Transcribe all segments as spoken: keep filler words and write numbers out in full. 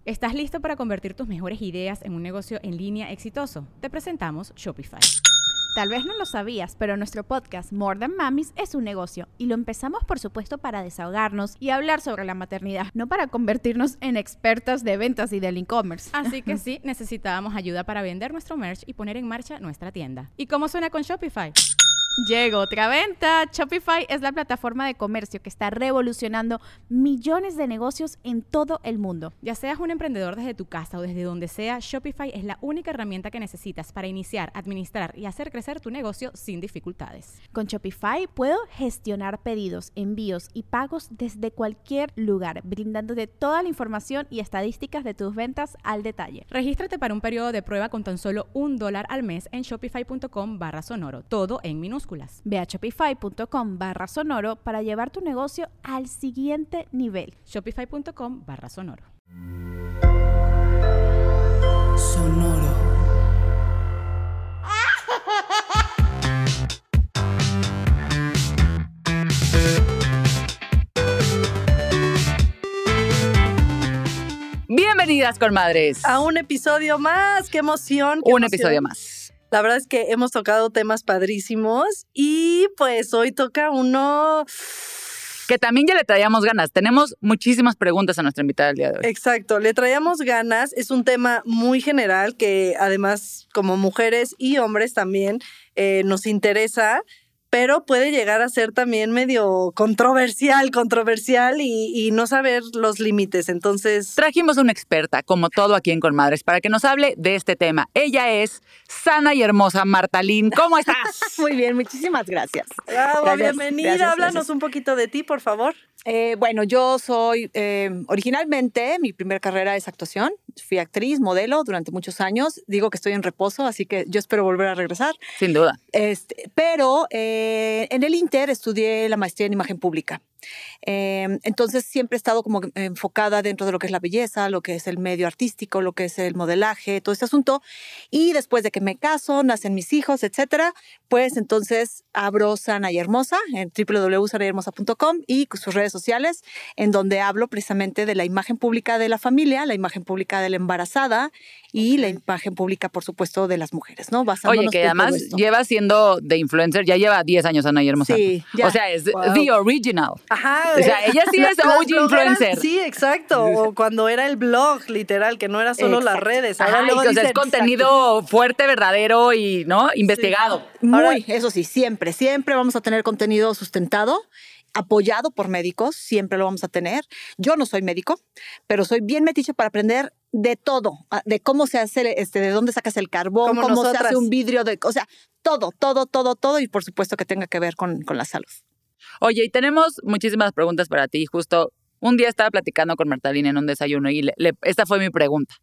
¿Estás listo para convertir tus mejores ideas en un negocio en línea exitoso? Te presentamos Shopify. Tal vez no lo sabías, pero nuestro podcast More Than Mamis es un negocio y lo empezamos por supuesto para desahogarnos y hablar sobre la maternidad, no para convertirnos en expertas de ventas y del e-commerce. Así que sí, necesitábamos ayuda para vender nuestro merch y poner en marcha nuestra tienda. ¿Y cómo suena con Shopify? Llegó otra venta. Shopify es la plataforma de comercio que está revolucionando millones de negocios en todo el mundo. Ya seas un emprendedor desde tu casa o desde donde sea, Shopify es la única herramienta que necesitas para iniciar, administrar y hacer crecer tu negocio sin dificultades. Con Shopify puedo gestionar pedidos, envíos y pagos desde cualquier lugar, brindándote toda la información y estadísticas de tus ventas al detalle. Regístrate para un periodo de prueba con tan solo un dólar al mes en shopify.com barra sonoro, todo en minúsculas. Ve a shopify.com barra sonoro para llevar tu negocio al siguiente nivel. Shopify.com barra sonoro. Sonoro. Bienvenidas, comadres. A un episodio más. ¡Qué emoción! Qué un emoción. episodio más. La verdad es que hemos tocado temas padrísimos y pues hoy toca uno que también ya le traíamos ganas. Tenemos muchísimas preguntas a nuestra invitada del día de hoy. Exacto, le traíamos ganas. Es un tema muy general que además como mujeres y hombres también eh, nos interesa, pero puede llegar a ser también medio controversial, controversial y, y no saber los límites. Entonces, trajimos una experta, como todo aquí en Conmadres, para que nos hable de este tema. Ella es sana y hermosa Marta Lynn. ¿Cómo estás? Muy bien, muchísimas gracias. Bravo, gracias, bienvenida. gracias, Háblanos gracias. un poquito de ti, por favor. Eh, bueno, yo soy, eh, originalmente, mi primera carrera es actuación. Fui actriz, modelo durante muchos años. Digo que estoy en reposo, así que yo espero volver a regresar. Sin duda. Este, pero eh, en el Inter estudié la maestría en imagen pública. Eh, entonces siempre he estado como enfocada dentro de lo que es la belleza, lo que es el medio artístico, lo que es el modelaje, todo este asunto. Y después de que me caso, nacen mis hijos, etcétera, pues entonces abro Sana y Hermosa en doble u doble u doble u punto sana y hermosa punto com y sus redes sociales, en donde hablo precisamente de la imagen pública de la familia, la imagen pública de la embarazada y la imagen pública, por supuesto, de las mujeres, ¿no? Oye, que además lleva siendo de influencer, ya lleva diez años Sana y Hermosa. Sí, ya. O sea, es Wow. the original. Ajá. O sea, ella sí es O G influencer. Sí, exacto. O cuando era el blog, literal, que no era solo Exacto. las redes. Ahora Ajá, luego y, o sea, es dicen, contenido exacto. fuerte, verdadero y, ¿no? Investigado. Muy, Ahora, eso sí, siempre, siempre vamos a tener contenido sustentado, apoyado por médicos, siempre lo vamos a tener. Yo no soy médico, pero soy bien metiche para aprender de todo, de cómo se hace, este, de dónde sacas el carbón, Como cómo nosotras. se hace un vidrio, de, o sea, todo, todo, todo, todo y por supuesto que tenga que ver con, con la salud. Oye, y tenemos muchísimas preguntas para ti. Justo un día estaba platicando con Marta Lynn en un desayuno y le, le, esta fue mi pregunta.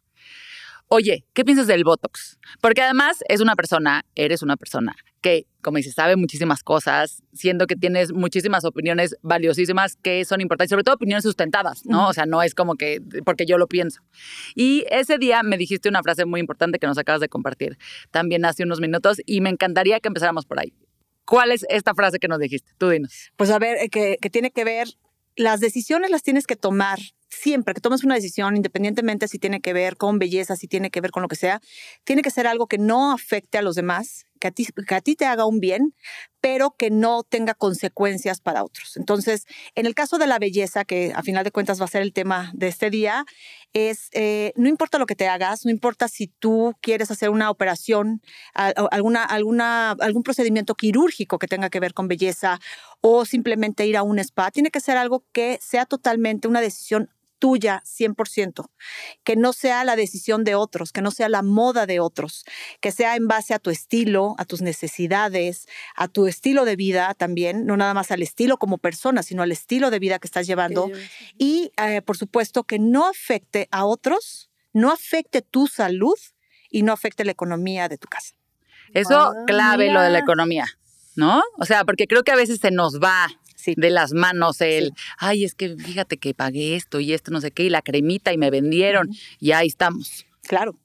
Oye, ¿qué piensas del Botox? Porque además es una persona, eres una persona que, como dices, sabe muchísimas cosas, siendo que tienes muchísimas opiniones valiosísimas que son importantes, sobre todo opiniones sustentadas, ¿no? O sea, no es como que porque yo lo pienso. Y ese día me dijiste una frase muy importante que nos acabas de compartir también hace unos minutos y me encantaría que empezáramos por ahí. ¿Cuál es esta frase que nos dijiste? Tú dinos. Pues a ver, eh, que, que tiene que ver, las decisiones las tienes que tomar siempre, que tomes una decisión, independientemente si tiene que ver con belleza, si tiene que ver con lo que sea, tiene que ser algo que no afecte a los demás, que a ti, que a ti te haga un bien, pero que no tenga consecuencias para otros. Entonces, en el caso de la belleza, que a final de cuentas va a ser el tema de este día, es, eh, no importa lo que te hagas, no importa si tú quieres hacer una operación, a, a, alguna, alguna, algún procedimiento quirúrgico que tenga que ver con belleza o simplemente ir a un spa, tiene que ser algo que sea totalmente una decisión tuya cien por ciento, que no sea la decisión de otros, que no sea la moda de otros, que sea en base a tu estilo, a tus necesidades, a tu estilo de vida también, no nada más al estilo como persona, sino al estilo de vida que estás llevando y eh, por supuesto que no afecte a otros, no afecte tu salud y no afecte la economía de tu casa. Eso Ah, clave mira. lo de la economía, ¿no? O sea, porque creo que a veces se nos va Sí. de las manos el, Sí. ay, es que fíjate que pagué esto y esto no sé qué, y la cremita y me vendieron, Uh-huh. y ahí estamos. Claro.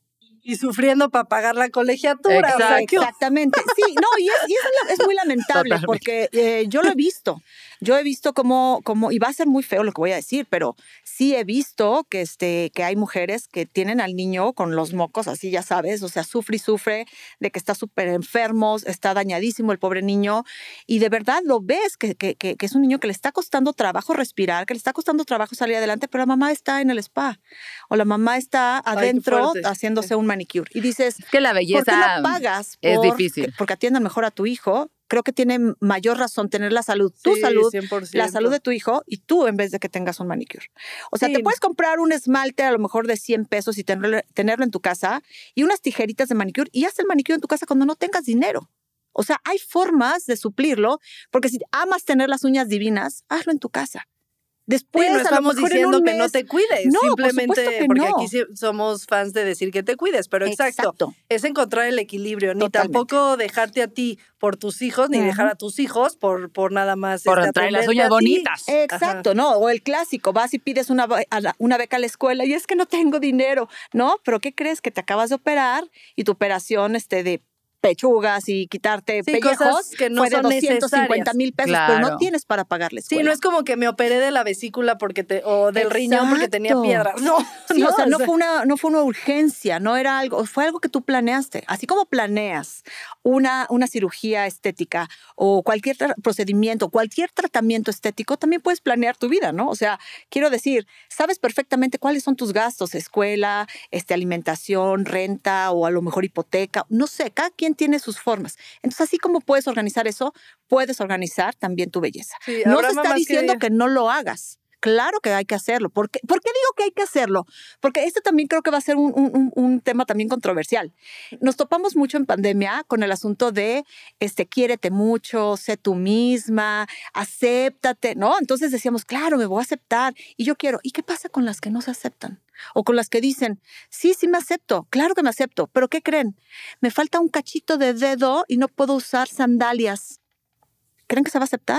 Y sufriendo para pagar la colegiatura. Exacto. O sea, ¿qué- Exactamente. Sí, no, y es, y es, la- es muy lamentable Totalmente. porque eh, yo lo he visto. Yo he visto como, como, y va a ser muy feo lo que voy a decir, pero sí he visto que, este, que hay mujeres que tienen al niño con los mocos, así ya sabes, o sea, sufre y sufre de que está súper enfermo, está dañadísimo el pobre niño, y de verdad lo ves que, que, que, que es un niño que le está costando trabajo respirar, que le está costando trabajo salir adelante, pero la mamá está en el spa, o la mamá está qué adentro fuerte. haciéndose Sí. un manicure. Y dices, Es que la ¿por qué belleza no pagas es por- difícil. porque atiendan mejor a tu hijo? Creo que tiene mayor razón tener la salud, tu Sí, salud, cien por ciento. la salud de tu hijo y tú en vez de que tengas un manicure. O sea, Sí. te puedes comprar un esmalte a lo mejor de cien pesos y tenerlo, tenerlo en tu casa y unas tijeritas de manicure y haz el manicure en tu casa cuando no tengas dinero. O sea, hay formas de suplirlo porque si amas tener las uñas divinas, hazlo en tu casa. Después, Sí, no a lo estamos mejor en diciendo un que no mes- te cuides, No, por simplemente supuesto que porque no. aquí sí somos fans de decir que te cuides, pero exacto, Exacto. es encontrar el equilibrio, ni Totalmente. tampoco dejarte a ti por tus hijos, ni Ujú. dejar a tus hijos por, por nada más. Por este, traer las atenderte uñas a ti. bonitas. Exacto, ¿no? O el clásico, vas y pides una, be- a la- una beca a la escuela y es que no tengo dinero, ¿no? Pero ¿qué crees? Que te acabas de operar y tu operación este, de pechugas y quitarte Sí, pellejos cosas que no fue de son doscientos cincuenta mil pesos, pero Claro. no tienes para pagar la Sí, escuela. no es como que me operé de la vesícula porque te, o del riñón porque tenía Exacto. piedras. No, Sí, no, o sea, no fue, una, no fue una urgencia, no era algo, fue algo que tú planeaste. Así como planeas una, una cirugía estética o cualquier tra- procedimiento, cualquier tratamiento estético, también puedes planear tu vida, ¿no? O sea, quiero decir, sabes perfectamente cuáles son tus gastos, escuela, este, alimentación, renta o a lo mejor hipoteca, no sé, cada quien tiene sus formas. Entonces, así como puedes organizar eso, puedes organizar también tu belleza. Sí, no habrá se está mamás que diciendo digan- que no lo hagas. Claro que hay que hacerlo. ¿Por qué, ¿Por qué digo que hay que hacerlo? Porque este también creo que va a ser un, un- un tema también controversial. Nos topamos mucho en pandemia con el asunto de este, quiérete mucho, sé tú misma, acéptate, ¿no? Entonces decíamos, claro, me voy a aceptar y yo quiero. ¿Y qué pasa con las que no se aceptan? O con las que dicen, sí, sí me acepto, claro que me acepto, pero ¿qué creen? Me falta un cachito de dedo y no puedo usar sandalias. ¿Creen que se va a aceptar?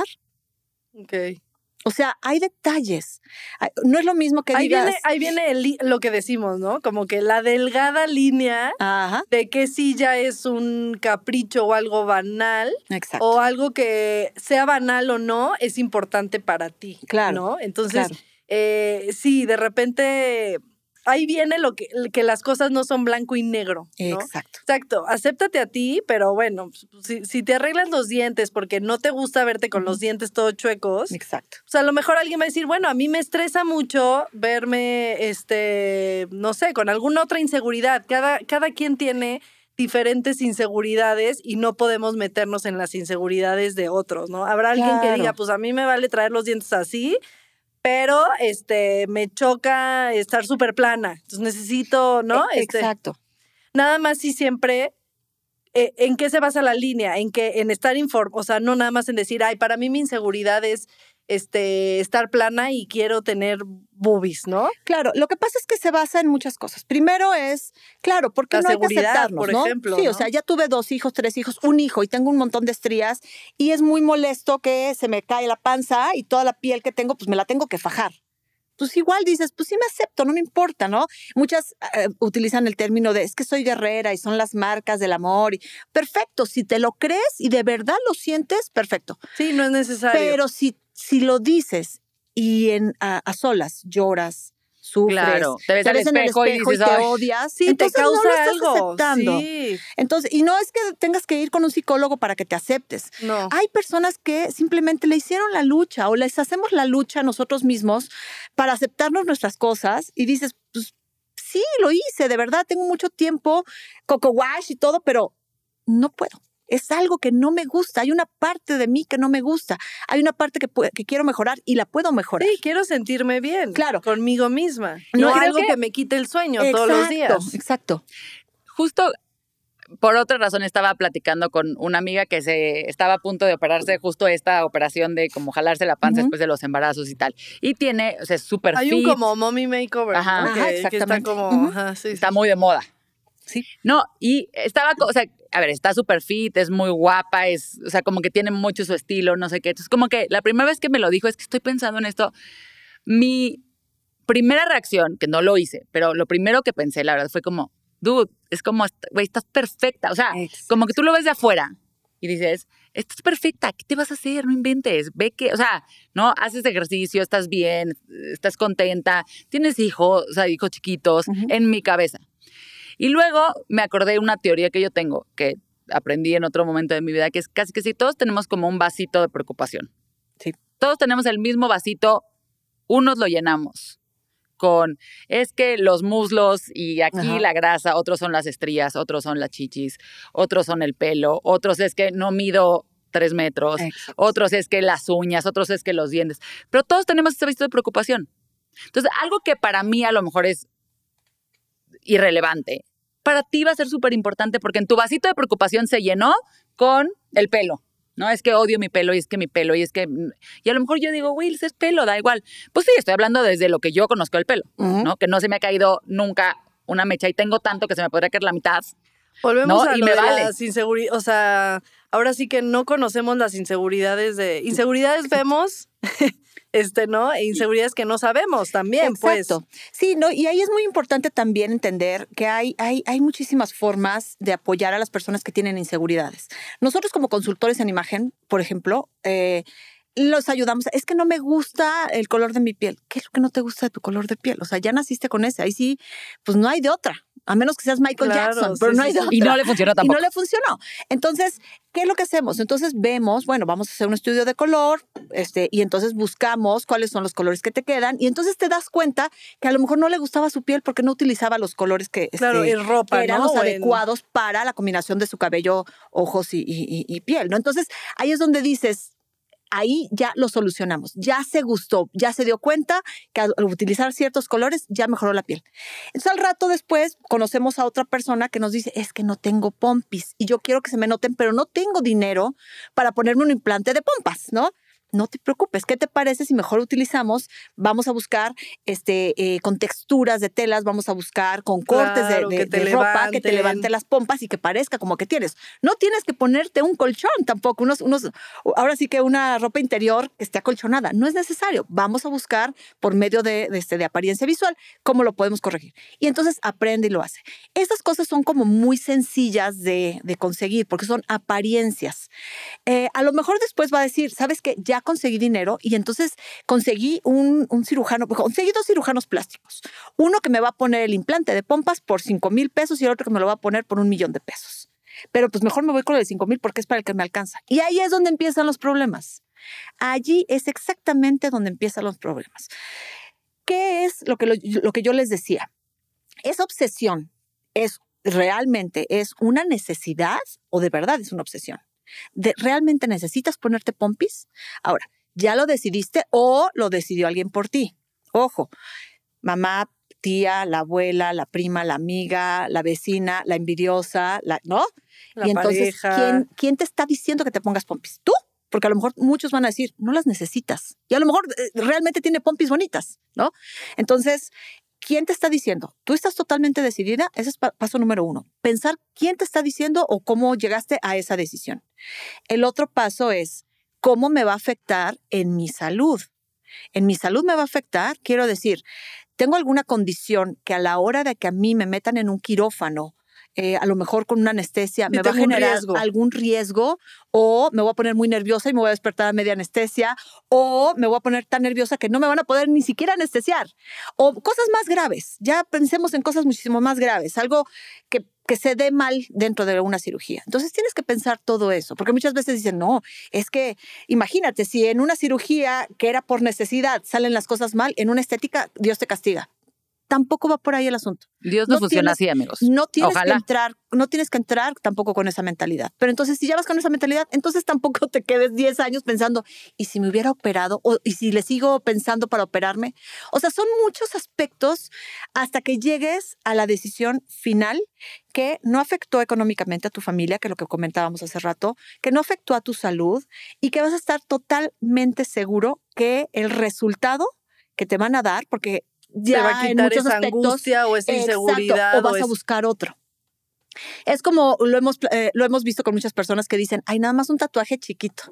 Ok. O sea, hay detalles. Ay, no es lo mismo que Ahí digas... viene, ahí viene el li- lo que decimos, ¿no? Como que la delgada línea Ajá, de que sí ya es un capricho o algo banal, exacto. o algo que sea banal o no, es importante para ti. Claro, ¿no? Entonces, claro. eh, sí, de repente ahí viene lo que, que las cosas no son blanco y negro, ¿no? Exacto. Exacto, acéptate a ti, pero bueno, si, si te arreglas los dientes porque no te gusta verte con los dientes todos chuecos, Exacto. o sea, a lo mejor alguien va a decir, bueno, a mí me estresa mucho verme, este, no sé, con alguna otra inseguridad. Cada, cada quien tiene diferentes inseguridades y no podemos meternos en las inseguridades de otros, ¿no? Habrá alguien que Claro. diga, pues a mí me vale traer los dientes así, pero este, me choca estar súper plana. Entonces necesito, ¿no? E- Este, Exacto. nada más y siempre, eh, ¿en qué se basa la línea? En que en estar informado, o sea, no nada más en decir, ay, para mí mi inseguridad es este, estar plana y quiero tener boobies, ¿no? Claro, lo que pasa es que se basa en muchas cosas. Primero es, claro, porque La no hay que seguridad, aceptarnos, por ¿no? ejemplo, Sí, ¿no? o sea, ya tuve dos hijos, tres hijos, un hijo y tengo un montón de estrías y es muy molesto que se me cae la panza y toda la piel que tengo, pues me la tengo que fajar. Pues igual dices, pues sí me acepto, no me importa, ¿no? Muchas eh, utilizan el término de, es que soy guerrera y son las marcas del amor. Y, perfecto, si te lo crees y de verdad lo sientes, perfecto. Sí, no es necesario. Pero si, si lo dices y en, a, a solas lloras, sufres, Claro, te ves te al ves en el espejo y espejo y, dices, te "Ay". odias, sí, te entonces causa no lo estás algo. aceptando. Sí, Entonces, y no es que tengas que ir con un psicólogo para que te aceptes. no. Hay personas que simplemente le hicieron la lucha o les hacemos la lucha nosotros mismos para aceptarnos nuestras cosas y dices, pues sí, lo hice, de verdad, tengo mucho tiempo, coco wash y todo, pero no puedo. Es algo que no me gusta. Hay una parte de mí que no me gusta. Hay una parte que, pu- que quiero mejorar y la puedo mejorar. Sí, quiero sentirme bien. Claro. Conmigo misma. No, No, creo algo que- que... me quite el sueño todos los días. Exacto. Justo por otra razón estaba platicando con una amiga que se estaba a punto de operarse justo esta operación de como jalarse la panza Ujú. después de los embarazos y tal. Y tiene, o sea, es súper Hay fit, un como mommy makeover, Ajá. ¿no? Ajá, que, que está exactamente. como, Ujú. ajá, sí, está sí. muy de moda. Sí. No, y estaba, co- o sea, a ver, está súper fit, es muy guapa, es, o sea, como que tiene mucho su estilo, no sé qué. Entonces, como que la primera vez que me lo dijo es que estoy pensando en esto. Mi primera reacción, que no lo hice, pero lo primero que pensé, la verdad, fue como, dude, es como, güey, estás perfecta. O sea, Exacto. como que tú lo ves de afuera y dices, estás perfecta, ¿qué te vas a hacer? No inventes, ve que, o sea, ¿no? Haces ejercicio, estás bien, estás contenta, tienes hijos, o sea, hijos chiquitos, Ujú. en mi cabeza. Y luego me acordé de una teoría que yo tengo, que aprendí en otro momento de mi vida, que es casi que si todos tenemos como un vasito de preocupación. Sí. Todos tenemos el mismo vasito, unos lo llenamos con, es que los muslos y aquí Ajá. la grasa, otros son las estrías, otros son las chichis, otros son el pelo, otros es que no mido tres metros, Exacto. otros es que las uñas, otros es que los dientes. Pero todos tenemos ese vasito de preocupación. Entonces, algo que para mí a lo mejor es irrelevante, para ti va a ser súper importante porque en tu vasito de preocupación se llenó con el pelo. No, es que odio mi pelo y es que mi pelo y es que... Y a lo mejor yo digo, Will, es pelo, da igual. Pues sí, estoy hablando desde lo que yo conozco del pelo, Ujú. ¿no? Que no se me ha caído nunca una mecha y tengo tanto que se me podría caer la mitad. Volvemos No, a y lo me de vale. las inseguridades, o sea, ahora sí que no conocemos las inseguridades de... Inseguridades vemos, este, ¿no? E inseguridades que no sabemos también, Exacto. pues. Sí, ¿no? Y ahí es muy importante también entender que hay, hay, hay muchísimas formas de apoyar a las personas que tienen inseguridades. Nosotros como consultores en imagen, por ejemplo, eh, los ayudamos. Es que no me gusta el color de mi piel. ¿Qué es lo que no te gusta de tu color de piel? O sea, ya naciste con ese. Ahí sí, pues no hay de otra. A menos que seas Michael Claro, Jackson, sí, pero no sí, hay de sí. otra. Y no le funcionó Y tampoco. no le funcionó. Entonces, ¿qué es lo que hacemos? Entonces vemos, bueno, vamos a hacer un estudio de color, este, y entonces buscamos cuáles son los colores que te quedan, y entonces te das cuenta que a lo mejor no le gustaba su piel porque no utilizaba los colores que, Claro, este, en ropa, que eran ¿no? los O en- adecuados para la combinación de su cabello, ojos y, y- y- y piel, ¿no? Entonces, ahí es donde dices, ahí ya lo solucionamos, ya se gustó, ya se dio cuenta que al utilizar ciertos colores ya mejoró la piel. Entonces al rato después conocemos a otra persona que nos dice, es que no tengo pompis y yo quiero que se me noten, pero no tengo dinero para ponerme un implante de pompas, ¿no? No te preocupes, ¿qué te parece si mejor utilizamos? Vamos a buscar este, eh, con texturas de telas, vamos a buscar con cortes Claro, de, de- que te de ropa que te levanten. levante las pompas y que parezca como que tienes. No tienes que ponerte un colchón tampoco, unos, unos, ahora sí que una ropa interior que esté acolchonada. No es necesario. Vamos a buscar por medio de, de, este, de apariencia visual cómo lo podemos corregir. Y entonces aprende y lo hace. Estas cosas son como muy sencillas de, de conseguir porque son apariencias. Eh, a lo mejor después va a decir, ¿sabes qué? Ya conseguí dinero y entonces conseguí un, un cirujano, conseguí dos cirujanos plásticos. Uno que me va a poner el implante de pompas por cinco mil pesos y el otro que me lo va a poner por un millón de pesos. Pero pues mejor me voy con el de cinco mil porque es para el que me alcanza. Y ahí es donde empiezan los problemas. Allí es exactamente donde empiezan los problemas. ¿Qué es lo que, lo, lo que yo les decía? Esa obsesión es realmente es una necesidad o de verdad es una obsesión. De, ¿realmente necesitas ponerte pompis? Ahora, ¿ya lo decidiste o lo decidió alguien por ti? Ojo, mamá, tía, la abuela, la prima, la amiga, la vecina, la envidiosa, la, ¿no? La y entonces, pareja. ¿quién, ¿quién te está diciendo que te pongas pompis? ¿Tú? Porque a lo mejor muchos van a decir, no las necesitas. Y a lo mejor eh, realmente tiene pompis bonitas, ¿no? Entonces, ¿quién te está diciendo? ¿Tú estás totalmente decidida? Ese es pa- paso número uno. Pensar quién te está diciendo o cómo llegaste a esa decisión. El otro paso es, ¿cómo me va a afectar en mi salud? En mi salud me va a afectar, quiero decir, tengo alguna condición que a la hora de que a mí me metan en un quirófano, eh, a lo mejor con una anestesia, Sí, me va a tengo un generar riesgo. algún riesgo o me voy a poner muy nerviosa y me voy a despertar a media anestesia o me voy a poner tan nerviosa que no me van a poder ni siquiera anestesiar o cosas más graves. Ya pensemos en cosas muchísimo más graves, algo que que se dé mal dentro de una cirugía. Entonces tienes que pensar todo eso, porque muchas veces dicen, no, es que imagínate, si en una cirugía que era por necesidad salen las cosas mal, en una estética Dios te castiga. Tampoco va por ahí el asunto. Dios no, No funciona tienes- así, amigos. No tienes Ojalá. que entrar, no tienes que entrar tampoco con esa mentalidad. Pero entonces, si ya vas con esa mentalidad, entonces tampoco te quedes diez años pensando, ¿y si me hubiera operado? O, ¿y si le sigo pensando para operarme? O sea, son muchos aspectos hasta que llegues a la decisión final que no afectó económicamente a tu familia, que es lo que comentábamos hace rato, que no afectó a tu salud y que vas a estar totalmente seguro que el resultado que te van a dar, porque ya te va a en quitar muchos esa aspectos, angustia o esa exacto, inseguridad. o vas o a es- buscar otro. Es como lo hemos, eh, lo hemos visto con muchas personas que dicen, ay, nada más un tatuaje chiquito.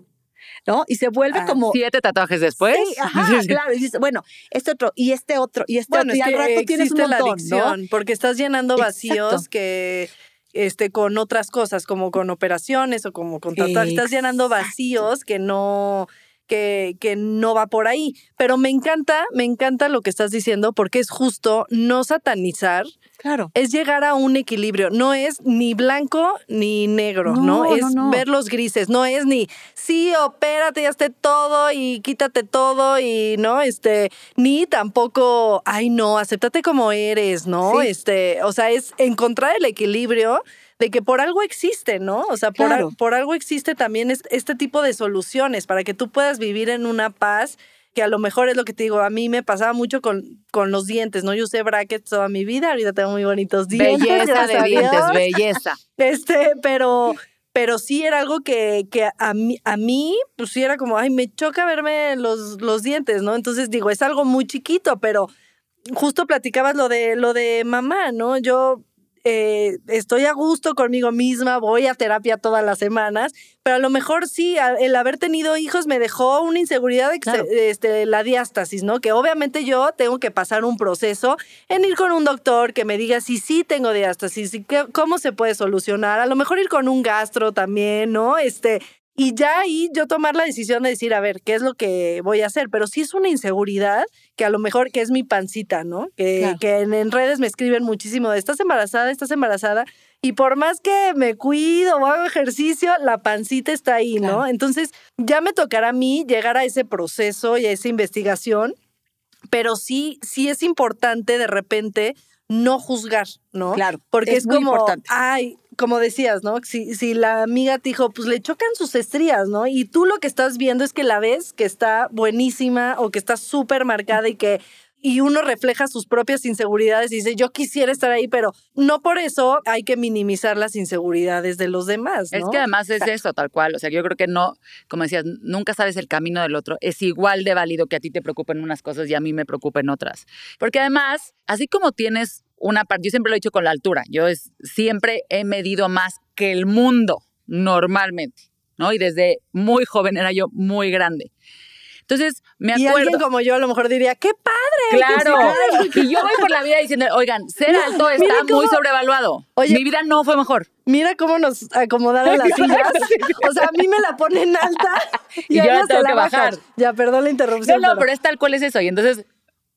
¿no? Y se vuelve Ah, como... Siete tatuajes después. Sí, ajá, claro. Y dices, bueno, este otro, y este otro, y este Bueno, otro. es Y al que rato tienes un existe la montón, adicción, ¿no? porque estás llenando vacíos Exacto. que este con otras cosas, como con operaciones o como con tatuajes, estás llenando Exacto. vacíos que no que, que no va por ahí. Pero me encanta, me encanta lo que estás diciendo porque es justo no satanizar, Claro. es llegar a un equilibrio. No es ni blanco ni negro, ¿no? No, Es no, no. ver los grises. No es ni, sí, opérate y hazte todo y quítate todo y, ¿no? Este, ni tampoco, ay, no, acéptate como eres, ¿no? Sí. Este, o sea, es encontrar el equilibrio de que por algo existe, ¿no? O sea, por, Claro. al- por algo existe también es- este tipo de soluciones para que tú puedas vivir en una paz que a lo mejor es lo que te digo, a mí me pasaba mucho con, con los dientes, ¿no? Yo usé brackets toda mi vida, ahorita tengo muy bonitos dientes. Belleza gracias de a dientes, Dios. belleza. Este, pero, pero sí era algo que, que a mí, a mí, pues sí era como, ay, me choca verme los, los dientes, ¿no? Entonces digo, es algo muy chiquito, pero justo platicabas lo de, lo de mamá, ¿no? Yo eh, estoy a gusto conmigo misma, voy a terapia todas las semanas, pero a lo mejor sí, a- el haber tenido hijos me dejó una inseguridad de que Claro. se- este, la diástasis, ¿no? Que obviamente yo tengo que pasar un proceso en ir con un doctor que me diga si sí tengo diástasis y qué- cómo se puede solucionar. A lo mejor ir con un gastro también, ¿no? Este, y ya ahí yo tomar la decisión de decir, a ver, ¿qué es lo que voy a hacer? Pero sí es una inseguridad que a lo mejor que es mi pancita, ¿no? Que, Claro. que en, en redes me escriben muchísimo de, estás embarazada, estás embarazada. Y por más que me cuido o hago ejercicio, la pancita está ahí, ¿no? Claro. Entonces ya me tocará a mí llegar a ese proceso y a esa investigación, pero sí, sí es importante de repente no juzgar, ¿no? Claro, Porque es es, muy como, importante. ay, como decías, ¿no? Si, si la amiga te dijo, pues le chocan sus estrías, ¿no? Y tú lo que estás viendo es que la ves que está buenísima o que está súper marcada y que y uno refleja sus propias inseguridades y dice, yo quisiera estar ahí, pero no por eso hay que minimizar las inseguridades de los demás, ¿no? Es que además es eso, tal cual. O sea, yo creo que no, como decías, nunca sabes el camino del otro. Es igual de válido que a ti te preocupen unas cosas y a mí me preocupen otras. Porque además, así como tienes una parte, yo siempre lo he dicho con la altura, yo es, siempre he medido más que el mundo normalmente, ¿no? Y desde muy joven era yo muy grande. Entonces, me y acuerdo... alguien como yo a lo mejor diría, ¡qué padre! Claro, qué y yo voy por la vida diciendo, oigan, ser alto está mira cómo- muy sobrevaluado. Oye- Mi vida no fue mejor. Mira cómo nos acomodaron las sillas. O sea, a mí me la ponen alta y, Y a yo la ella se tengo la que bajan. bajar. Ya, perdón la No, interrupción. no, pero es tal cual es eso. Y entonces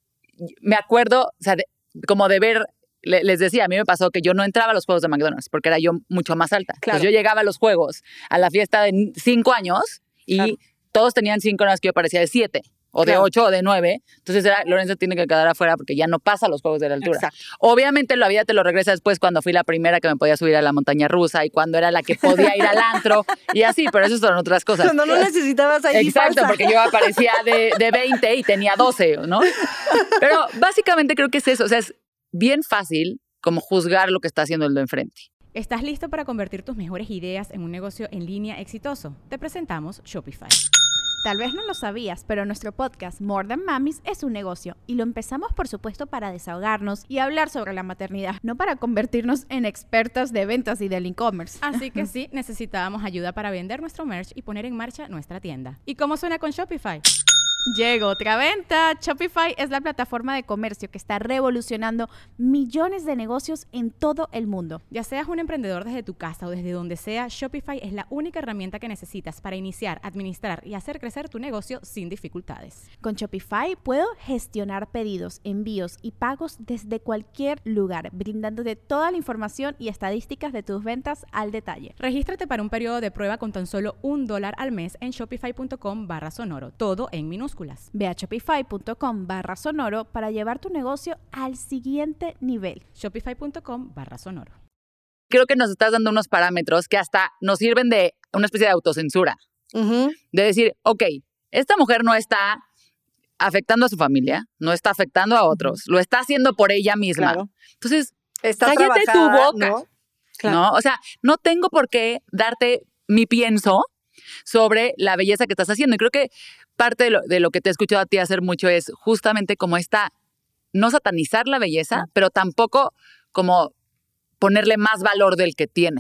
me acuerdo, o sea, de- como de ver, le- les decía, a mí me pasó que yo no entraba a los juegos de McDonald's porque era yo mucho más alta. Claro. Entonces yo llegaba a los juegos, a la fiesta de cinco años y Claro. todos tenían cinco años que yo parecía de siete. O de Claro. ocho o de nueve. Entonces era, Lorenzo tiene que quedar afuera porque ya no pasa los juegos de la altura. Exacto. Obviamente la vida te lo regresa después cuando fui la primera que me podía subir a la montaña rusa y cuando era la que podía ir al antro y así, pero eso son otras cosas. Cuando no necesitabas ahí Exacto, falsa. porque yo aparecía de, de veinte y tenía doce, ¿no? Pero básicamente creo que es eso, o sea, es bien fácil como juzgar lo que está haciendo el de enfrente. ¿Estás listo para convertir tus mejores ideas en un negocio en línea exitoso? Te presentamos Shopify. Tal vez no lo sabías, pero nuestro podcast More Than Mamis es un negocio y lo empezamos por supuesto para desahogarnos y hablar sobre la maternidad, no para convertirnos en expertas de ventas y del e-commerce. Así que sí, necesitábamos ayuda para vender nuestro merch y poner en marcha nuestra tienda. ¿Y cómo suena con Shopify? Llegó otra venta. Shopify es la plataforma de comercio que está revolucionando millones de negocios en todo el mundo. Ya seas un emprendedor desde tu casa o desde donde sea, Shopify es la única herramienta que necesitas para iniciar, administrar y hacer crecer tu negocio sin dificultades. Con Shopify puedo gestionar pedidos, envíos y pagos desde cualquier lugar, brindándote toda la información y estadísticas de tus ventas al detalle. Regístrate para un periodo de prueba con tan solo un dólar al mes en shopify.com barra sonoro, todo en minúsculas. Ve a shopify.com barra sonoro para llevar tu negocio al siguiente nivel. Shopify.com barra sonoro. Creo que nos estás dando unos parámetros que hasta nos sirven de una especie de autocensura. Ujú. De decir, ok, esta mujer no está afectando a su familia, no está afectando a otros, lo está haciendo por ella misma. Claro. Entonces, Está cállate tu trabajada, boca, ¿no? Claro. ¿no? O sea, no tengo por qué darte mi pienso sobre la belleza que estás haciendo. Y creo que parte de lo, de lo que te he escuchado a ti hacer mucho es justamente como esta, no satanizar la belleza, pero tampoco como ponerle más valor del que tiene.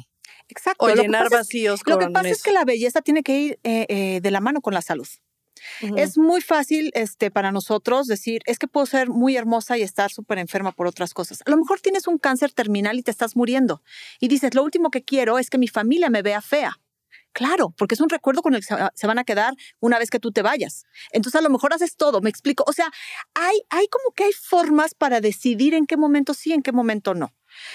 Exacto. O Lo que llenar pasa es- vacíos Lo que con pasa es eso. que la belleza tiene que ir eh, eh, de la mano con la salud. Ujú. Es muy fácil este, para nosotros decir, es que puedo ser muy hermosa y estar súper enferma por otras cosas. A lo mejor tienes un cáncer terminal y te estás muriendo. Y dices, lo último que quiero es que mi familia me vea fea. Claro, porque es un recuerdo con el que se- se van a quedar una vez que tú te vayas. Entonces a lo mejor haces todo, me explico. O sea, hay, hay como que hay formas para decidir en qué momento sí, en qué momento no.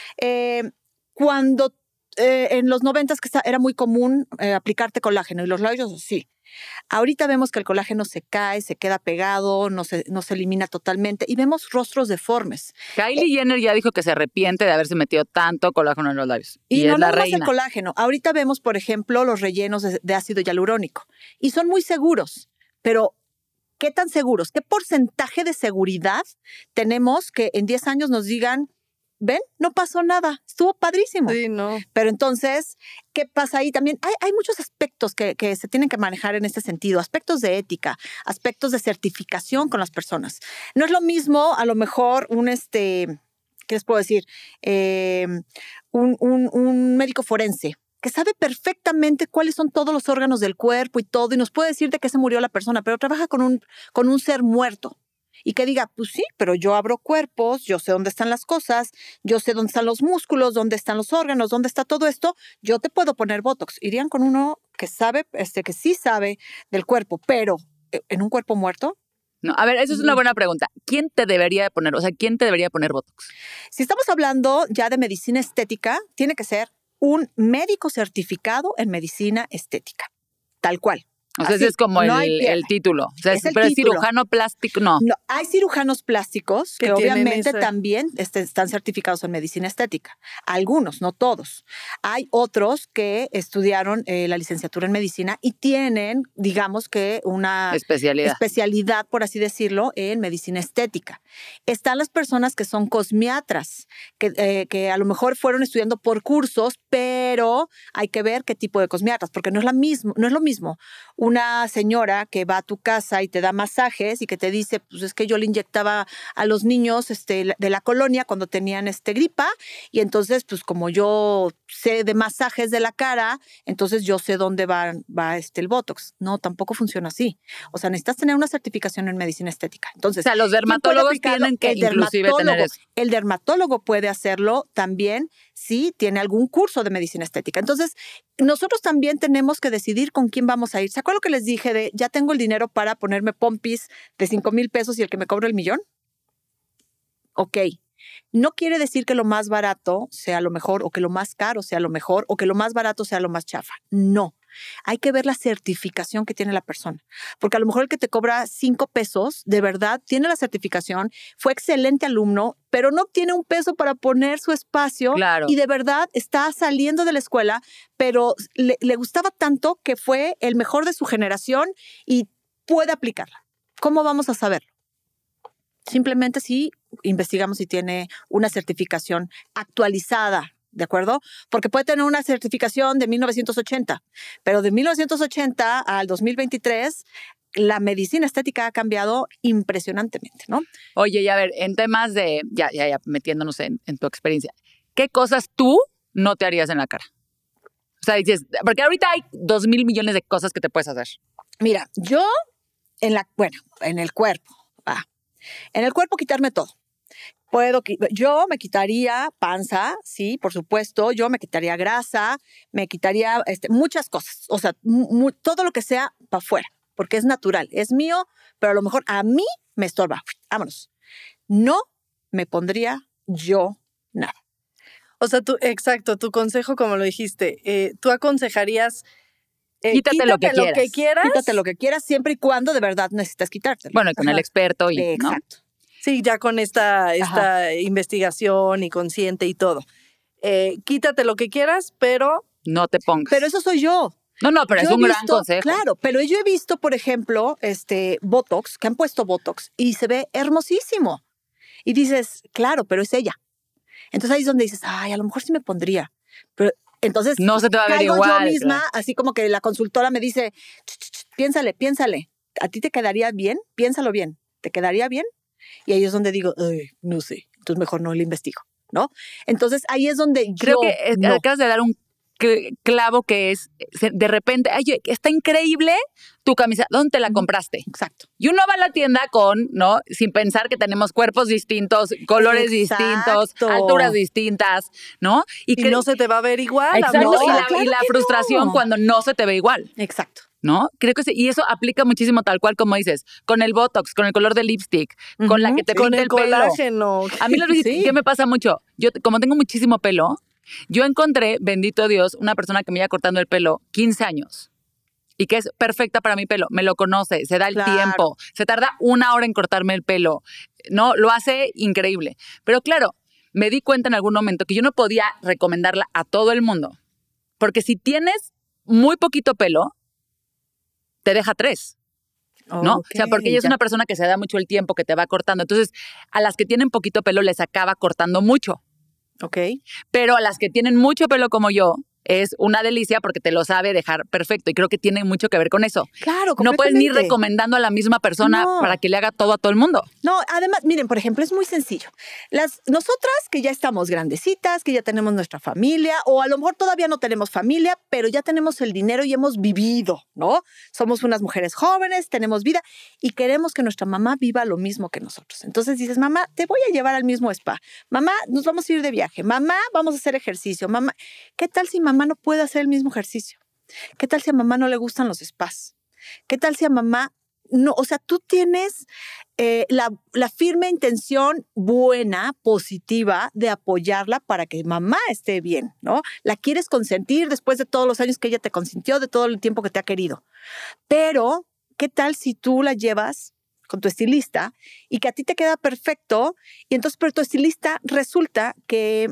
Eh, cuando eh, en los noventas que era muy común eh, aplicarte colágeno y los labios, sí. Ahorita vemos que el colágeno se cae, se queda pegado, no se, no se elimina totalmente y vemos rostros deformes. Kylie Jenner ya dijo que se arrepiente de haberse metido tanto colágeno en los labios. Y, Y, no es la nada más reina. el colágeno. Ahorita vemos, por ejemplo, los rellenos de, de ácido hialurónico. Y son muy seguros. Pero, ¿qué tan seguros? ¿Qué porcentaje de seguridad tenemos que en diez años nos digan, ven, no pasó nada, estuvo padrísimo? Sí, no. Pero entonces, ¿qué pasa ahí? También hay, hay muchos aspectos que, que se tienen que manejar en este sentido, aspectos de ética, aspectos de certificación con las personas. No es lo mismo, a lo mejor, un, este, ¿qué les puedo decir? Eh, un, un, un médico forense que sabe perfectamente cuáles son todos los órganos del cuerpo y todo, y nos puede decir de qué se murió la persona, pero trabaja con un, con un ser muerto. Y que diga, pues sí, pero yo abro cuerpos, yo sé dónde están las cosas, yo sé dónde están los músculos, dónde están los órganos, dónde está todo esto, yo te puedo poner Botox. Irían con uno que sabe, este, que sí sabe del cuerpo, pero en un cuerpo muerto. No, a ver, eso es una buena pregunta. ¿Quién te debería poner, o sea, quién te debería poner Botox? Si estamos hablando ya de medicina estética, tiene que ser un médico certificado en medicina estética, tal cual. O sea, Así, ese es como no hay el, pierde. el título. O sea, Es el pero es título. cirujano plástico, no. No, hay cirujanos plásticos que, Que tienen obviamente ese- también este, están certificados en medicina estética. Algunos, no todos. Hay otros que estudiaron eh, la licenciatura en medicina y tienen, digamos que una Especialidad. especialidad, por así decirlo, en medicina estética. Están las personas que son cosmiatras, que, eh, que a lo mejor fueron estudiando por cursos, pero hay que ver qué tipo de cosmiatras, porque no es, la mismo, no es lo mismo una señora que va a tu casa y te da masajes y que te dice, pues es que yo le inyectaba a los niños este, de la colonia cuando tenían este, gripa, y entonces, pues como yo sé de masajes de la cara, entonces yo sé dónde va, va este, el Botox. No, tampoco funciona así. O sea, necesitas tener una certificación en medicina estética. Entonces, O sea, los ¿quién puede dermatólogos aplicarlo? tienen que El inclusive tener dermatólogo. eso. El dermatólogo puede hacerlo también si tiene algún curso de medicina estética. Entonces, nosotros también tenemos que decidir con quién vamos a ir. ¿Se acuerdan lo que les dije de ya tengo el dinero para ponerme pompis de cinco mil pesos y el que me cobra el millón? Ok. No quiere decir que lo más barato sea lo mejor o que lo más caro sea lo mejor o que lo más barato sea lo más chafa. No. Hay que ver la certificación que tiene la persona. Porque a lo mejor el que te cobra cinco pesos, de verdad, tiene la certificación, fue excelente alumno, pero no tiene un peso para poner su espacio. Claro. Y de verdad está saliendo de la escuela, pero le, le gustaba tanto que fue el mejor de su generación y puede aplicarla. ¿Cómo vamos a saberlo? Simplemente si investigamos si tiene una certificación actualizada, ¿de acuerdo? Porque puede tener una certificación de mil novecientos ochenta, pero de mil novecientos ochenta al dos mil veintitrés, la medicina estética ha cambiado impresionantemente, ¿no? Oye, y a ver, en temas de, ya, ya, ya, metiéndonos en, en tu experiencia, ¿qué cosas tú no te harías en la cara? O sea, dices, porque ahorita hay dos mil millones de cosas que te puedes hacer. Mira, yo en la, bueno, en el cuerpo, va. En el cuerpo quitarme todo. Puedo, yo me quitaría panza, sí, por supuesto. Yo me quitaría grasa, me quitaría este, muchas cosas. O sea, mu- todo lo que sea para afuera, porque es natural, es mío, pero a lo mejor a mí me estorba. Vámonos. No me pondría yo nada. O sea, tú, exacto, tu consejo, como lo dijiste, eh, tú aconsejarías eh, Quítate lo que lo quieras. que quieras. Quítate lo que quieras siempre y cuando de verdad necesitas quitártelo. Bueno, y con Ajá. el experto y, ¿no? Exacto. Sí, ya con esta, esta investigación y consciente y todo. Eh, quítate lo que quieras, pero No te pongas. Pero eso soy yo. no, no, pero Yo es he un gran visto- consejo. Claro, pero yo he visto, por ejemplo, este Botox, que han puesto Botox y se ve hermosísimo. Y dices, claro, pero es ella. Entonces ahí es donde dices, ay, a lo mejor sí me pondría. Pero entonces No se te va a ver caigo igual, yo misma, claro. así como que la consultora me dice, "Ch, ch, ch, piénsale, piénsale. ¿A ti te quedaría bien? Piénsalo bien. ¿Te quedaría bien? Y ahí es donde digo, ay, no sé. Entonces mejor no le investigo, ¿no? Entonces ahí es donde Creo yo que eh, no. acabas de dar un que, clavo que es, de repente, ay, está increíble tu camisa, ¿dónde te la compraste? Exacto. Y uno va a la tienda con, ¿no? Sin pensar que tenemos cuerpos distintos, colores Exacto. distintos, alturas distintas, ¿no? Y, y no se te va a ver igual. Exacto, no, y la, claro y la que frustración no. cuando no se te ve igual. Exacto. ¿No? Creo que sí. Y eso aplica muchísimo tal cual como dices, con el Botox, con el color del lipstick, uh-huh. con la que te con pinta el, el colágeno. Pelo. A mí lo que sí. me pasa mucho, yo como tengo muchísimo pelo, yo encontré, bendito Dios, una persona que me iba cortando el pelo quince años y que es perfecta para mi pelo. Me lo conoce, se da el claro. tiempo, se tarda una hora en cortarme el pelo, ¿no? Lo hace increíble. Pero claro, me di cuenta en algún momento que yo no podía recomendarla a todo el mundo. Porque si tienes muy poquito pelo, te deja tres, ¿no? Okay, o sea, porque ella es una persona que se da mucho el tiempo, que te va cortando. Entonces, a las que tienen poquito pelo les acaba cortando mucho. Ok. Pero a las que tienen mucho pelo como yo, es una delicia porque te lo sabe dejar perfecto. Y creo que tiene mucho que ver con eso. Claro, no puedes ni ir recomendando a la misma persona no. para que le haga todo a todo el mundo. No, además, miren, por ejemplo, es muy sencillo. Las, nosotras que ya estamos grandecitas, que ya tenemos nuestra familia, o a lo mejor todavía no tenemos familia, pero ya tenemos el dinero y hemos vivido, ¿no? Somos unas mujeres jóvenes, tenemos vida y queremos que nuestra mamá viva lo mismo que nosotros. Entonces dices, mamá, te voy a llevar al mismo spa. Mamá, nos vamos a ir de viaje. Mamá, vamos a hacer ejercicio. Mamá, ¿qué tal si mamá no puede hacer el mismo ejercicio? ¿Qué tal si a mamá no le gustan los spas? ¿Qué tal si a mamá no? O sea, tú tienes eh, la, la firme intención buena, positiva, de apoyarla para que mamá esté bien, ¿no? La quieres consentir después de todos los años que ella te consintió, de todo el tiempo que te ha querido. Pero, ¿qué tal si tú la llevas con tu estilista y que a ti te queda perfecto y entonces, pero tu estilista resulta que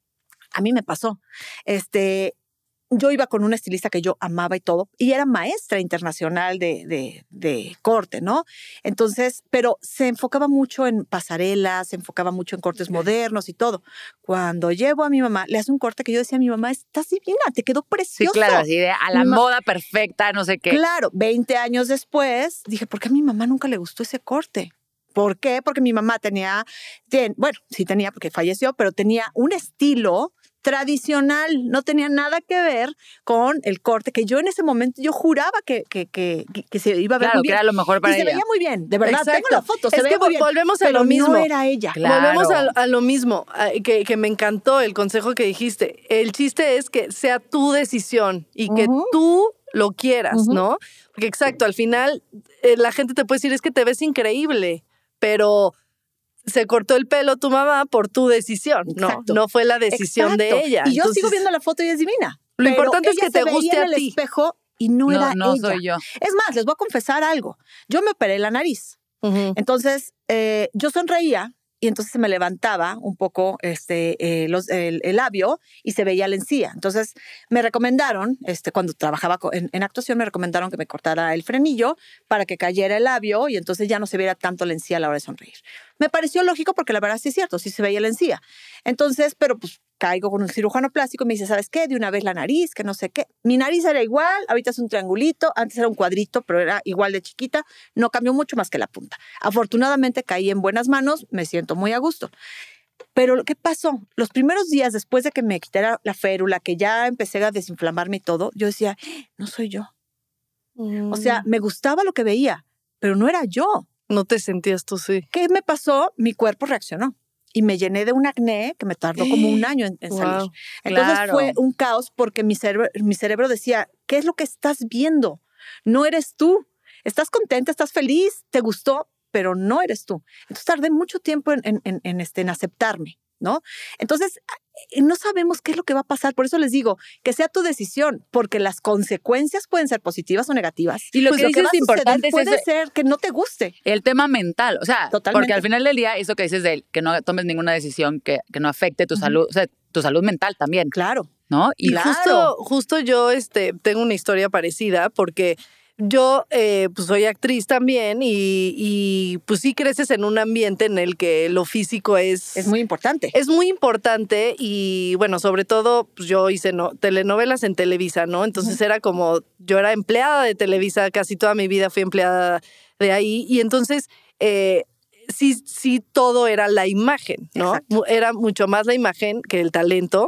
a mí me pasó, este, yo iba con una estilista que yo amaba y todo, y era maestra internacional de, de, de corte, ¿no? Entonces, pero se enfocaba mucho en pasarelas, se enfocaba mucho en cortes modernos y todo. Cuando llevo a mi mamá, le hace un corte que yo decía a mi mamá, estás divina, te quedó precioso. Sí, claro, así de a la moda perfecta, no sé qué. Claro, veinte años después, dije, ¿por qué a mi mamá nunca le gustó ese corte? ¿Por qué? Porque mi mamá tenía, ten, bueno, sí tenía porque falleció, pero tenía un estilo tradicional, no tenía nada que ver con el corte que yo en ese momento yo juraba que, que, que, que se iba a ver claro, muy bien. Claro, que era lo mejor para y ella. se veía muy bien, de verdad. Exacto. Tengo la foto, se es veía que muy bien. volvemos a pero lo mismo. no era ella. Claro. Volvemos a, a lo mismo, a, que, que me encantó el consejo que dijiste. El chiste es que sea tu decisión y que uh-huh. tú lo quieras, uh-huh. ¿no? Porque exacto, al final eh, la gente te puede decir, es que te ves increíble, pero se cortó el pelo tu mamá por tu decisión, ¿no? No fue la decisión Exacto. de ella. Y yo Entonces, sigo viendo la foto y es divina. Lo importante es que te guste a ti. a En el espejo y no, no era no ella. soy yo. Es más, les voy a confesar algo. Yo me operé la nariz. Uh-huh. Entonces, eh, yo sonreía y entonces se me levantaba un poco este, eh, los, el, el labio y se veía la encía. Entonces, me recomendaron, este, cuando trabajaba en, en actuación, me recomendaron que me cortara el frenillo para que cayera el labio y entonces ya no se viera tanto la encía a la hora de sonreír. Me pareció lógico porque la verdad sí es cierto, sí se veía la encía. Entonces, pero pues caigo con un cirujano plástico y me dice, ¿sabes qué? De una vez la nariz, que no sé qué. Mi nariz era igual, ahorita es un triangulito, antes era un cuadrito, pero era igual de chiquita. No cambió mucho más que la punta. Afortunadamente caí en buenas manos, me siento muy a gusto. Pero ¿qué pasó? Los primeros días después de que me quitara la férula, que ya empecé a desinflamarme y todo, yo decía, no soy yo. Mm. O sea, me gustaba lo que veía, pero no era yo. No te sentías tú, sí. ¿Qué me pasó? Mi cuerpo reaccionó. Y me llené de un acné que me tardó como un año en, en wow, salir. Entonces claro. fue un caos porque mi cerebro, mi cerebro decía, ¿qué es lo que estás viendo? No eres tú. Estás contenta, estás feliz, te gustó, pero no eres tú. Entonces tardé mucho tiempo en, en, en, en, este, en aceptarme, ¿no? Entonces no sabemos qué es lo que va a pasar. Por eso les digo, que sea tu decisión, porque las consecuencias pueden ser positivas o negativas. Y lo pues que lo que dices va es importante a puede es ser que no te guste. El tema mental, o sea, Totalmente. Porque al final del día, eso que dices de él, que no tomes ninguna decisión que, que no afecte tu uh-huh. salud, o sea, tu salud mental también. Claro. ¿No? Y claro. justo, justo yo este, tengo una historia parecida porque yo eh, pues soy actriz también y, y pues sí creces en un ambiente en el que lo físico es... Es muy importante. Es muy importante y bueno, sobre todo pues yo hice no, telenovelas en Televisa, ¿no? Entonces uh-huh. era como, yo era empleada de Televisa, casi toda mi vida fui empleada de ahí y entonces... Eh, sí, sí todo era la imagen, ¿no? Exacto. Era mucho más la imagen que el talento.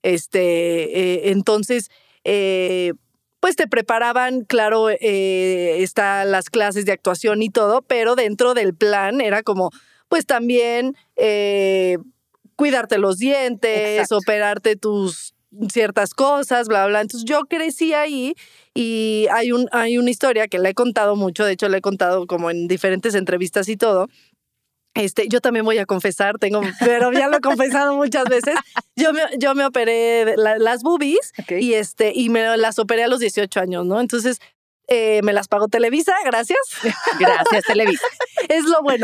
Este, eh, entonces, eh, pues te preparaban, claro, eh, están las clases de actuación y todo, pero dentro del plan era como, pues también eh, cuidarte los dientes, Exacto. operarte tus ciertas cosas, bla, bla. Entonces yo crecí ahí y hay, un, hay una historia que le he contado mucho, de hecho le he contado como en diferentes entrevistas y todo. Este, yo también voy a confesar, tengo, pero ya lo he confesado muchas veces. Yo me, yo me operé la, las boobies Okay. y, este, y me las operé a los dieciocho años, ¿no? Entonces, eh, me las pagó Televisa, gracias. Gracias, Televisa. Es lo bueno.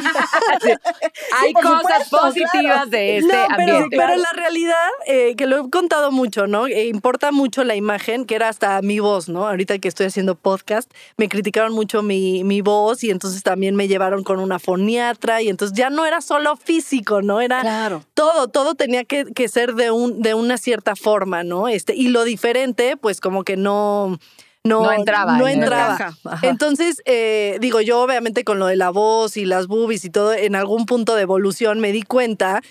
Hay por cosas supuesto, positivas claro. de este No, pero, ambiente. pero la realidad, eh, que lo he contado mucho, ¿no? Eh, importa mucho la imagen, que era hasta mi voz, ¿no? Ahorita que estoy haciendo podcast, me criticaron mucho mi, mi voz y entonces también me llevaron con una foniatra y entonces ya no era solo físico, ¿no? Era Claro. todo, todo tenía que, que ser de, un, de una cierta forma, ¿no? Este, y lo diferente, pues como que no... No, No entraba No en el- entraba. Ajá, ajá. Entonces, eh, digo, yo obviamente con lo de la voz y las boobies y todo, en algún punto de evolución me di cuenta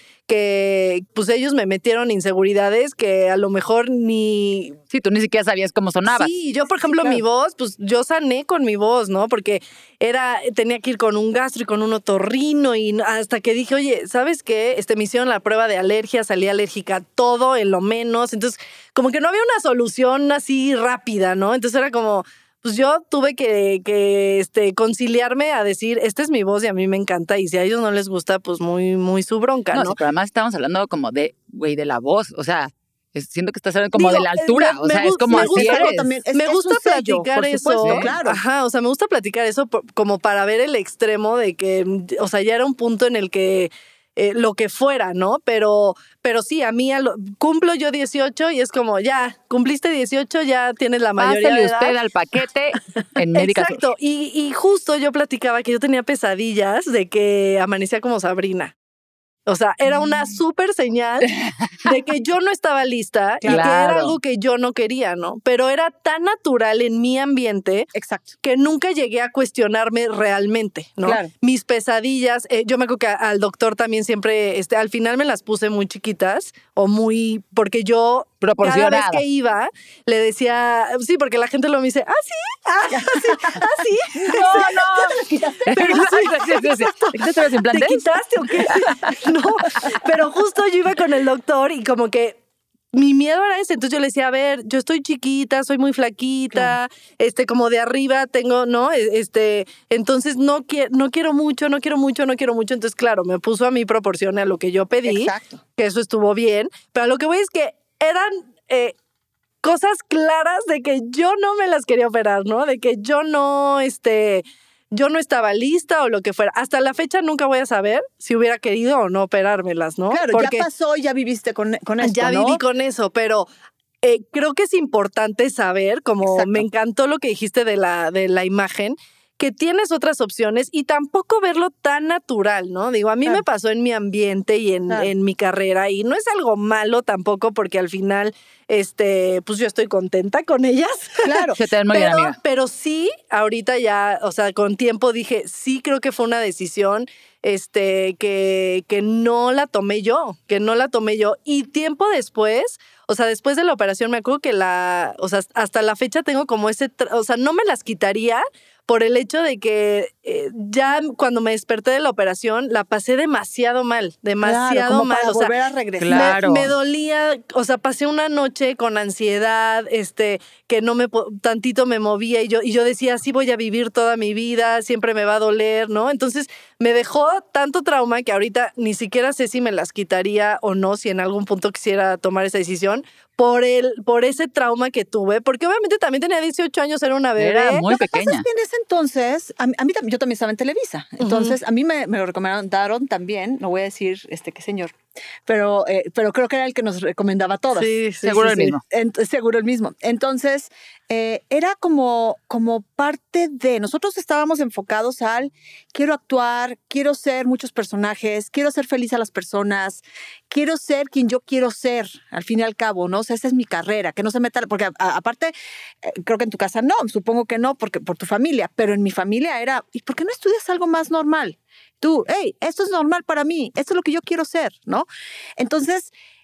que pues ellos me metieron inseguridades que a lo mejor ni... Sí, tú ni siquiera sabías cómo sonabas. Sí, yo por ejemplo claro. mi voz, pues yo sané con mi voz, ¿no? Porque era, tenía que ir con un gastro y con un otorrino y hasta que dije, oye, ¿sabes qué? Este, me hicieron la prueba de alergia, salí alérgica a todo en lo menos, entonces como que no había una solución así rápida, ¿no? Entonces era como... Pues yo tuve que, que este, conciliarme a decir, esta es mi voz y a mí me encanta y si a ellos no les gusta, pues muy, muy su bronca, No, ¿no? sí, pero además estamos hablando como de, güey, de la voz. O sea, es- siento que estás hablando como Digo, de la altura. me- o me sea, es gusta- como me así gusta eres. algo también. Es- me es gusta un sello, platicar por eso. supuesto, claro. Ajá, o sea, me gusta platicar eso por- como para ver el extremo de que, o sea, ya era un punto en el que eh, lo que fuera, ¿no? Pero, pero sí, a mí a lo- cumplo yo dieciocho y es como, ya, cumpliste dieciocho, ya tienes la mayoría Pásale de edad. usted al paquete en Médica Sur. Exacto, y, y justo yo platicaba que yo tenía pesadillas de que amanecía como Sabrina. O sea, era una súper señal de que yo no estaba lista y que era Claro. algo que yo no quería, ¿no? Pero era tan natural en mi ambiente Exacto. que nunca llegué a cuestionarme realmente, ¿no? Claro. Mis pesadillas, eh, yo me acuerdo que a- al doctor también siempre, este, al final me las puse muy chiquitas o muy, porque yo cada Proporcionada. vez que iba le decía, sí, porque la gente lo me dice, ah, sí, ah, sí, ah, sí. No, no. Pero sí, sí, sí. ¿Te quitaste los ¿Te implantes? quitaste o qué? No, pero justo yo iba con el doctor y como que mi miedo era ese. Entonces yo le decía, a ver, yo estoy chiquita, soy muy flaquita, este, como de arriba tengo, ¿no? Este, entonces no, quiero, no quiero mucho, no quiero mucho, no quiero mucho. Entonces, claro, me puso a mí proporción a lo que yo pedí, Exacto. que eso estuvo bien. Pero lo que voy es que eran eh, cosas claras de que yo no me las quería operar, ¿no? De que yo no, este... Yo no estaba lista o lo que fuera. Hasta la fecha nunca voy a saber si hubiera querido o no operármelas, ¿no? Claro, Porque ya pasó, ya viviste con, con esto, ya ¿no? viví con eso, pero eh, creo que es importante saber, como Exacto. me encantó lo que dijiste de la, de la imagen, que tienes otras opciones y tampoco verlo tan natural, ¿no? Digo, a mí Claro. me pasó en mi ambiente y en, Claro. en mi carrera y no es algo malo tampoco porque al final, este, pues yo estoy contenta con ellas. Claro. Se te ven muy bien, Pero, amiga. pero sí, ahorita ya, o sea, con tiempo dije, sí creo que fue una decisión este, que, que no la tomé yo, que no la tomé yo. Y tiempo después, o sea, después de la operación me acuerdo que la, o sea, hasta la fecha tengo como ese, tra- o sea, no me las quitaría por el hecho de que eh, ya cuando me desperté de la operación la pasé demasiado mal, demasiado Claro, como mal. para o sea, volver a regresar. Claro. me, me dolía, o sea, pasé una noche con ansiedad, este, que no me, po- tantito me movía y yo, y yo decía, así voy a vivir toda mi vida, siempre me va a doler, ¿no? Entonces me dejó tanto trauma que ahorita ni siquiera sé si me las quitaría o no, si en algún punto quisiera tomar esa decisión, por, el, por ese trauma que tuve, porque obviamente también tenía dieciocho años, era una bebé. Era muy Lo que pasa pequeña. es que en ese entonces, a mí, a mí tam- yo también estaba en Televisa, entonces a mí me, me lo recomendaron también, no voy a decir este qué señor, pero, eh, pero creo que era el que nos recomendaba a todas. Sí, sí, Seguro sí, el sí. mismo. Ent- seguro el mismo. Entonces, eh, era como, como parte de, nosotros estábamos enfocados al, quiero actuar, quiero ser muchos personajes, quiero hacer feliz a las personas, quiero ser quien yo quiero ser, al fin y al cabo, ¿no? O sea, esa es mi carrera, que no se meta, porque a- a- aparte, eh, creo que en tu casa no, supongo que no, porque por tu familia, pero en mi familia era, ¿y por qué no estudias algo más normal? Tú, hey, esto es normal para mí, esto es lo que yo quiero ser, ¿no? Entonces,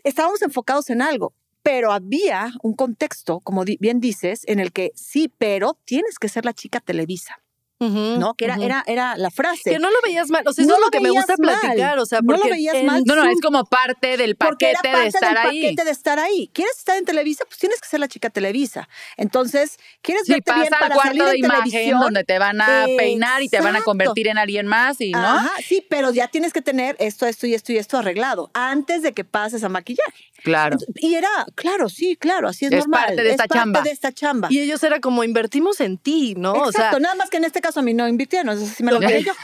estábamos enfocados en algo, pero había un contexto, como di- bien dices, en el que sí, pero tienes que ser la chica Televisa, Ujú, ¿no? Que era, ujú. era, era la frase. Que no lo veías mal. O sea, eso No es lo lo que me veías gusta mal. platicar. O sea, No lo porque veías en mal. No, no, Zoom- es como parte del Porque era paquete parte de estar del ahí. paquete de estar ahí. ¿Quieres estar en Televisa? Pues tienes que ser la chica Televisa. Entonces, ¿quieres Sí, verte bien pasa al para salir cuarto de en imagen televisión? donde te van a peinar y te van a Exacto. convertir en alguien más y, ¿no? Ajá, sí, pero ya tienes que tener esto, esto y esto y esto arreglado antes de que pases a maquillaje. Claro. Y era, claro, sí, claro, así es, Es normal. parte de esta es parte chamba. de esta chamba. Y ellos era como invertimos en ti, ¿no? Exacto, O sea, nada más que en este caso a mí no invirtieron, eso sí me lo Ok. pagué yo.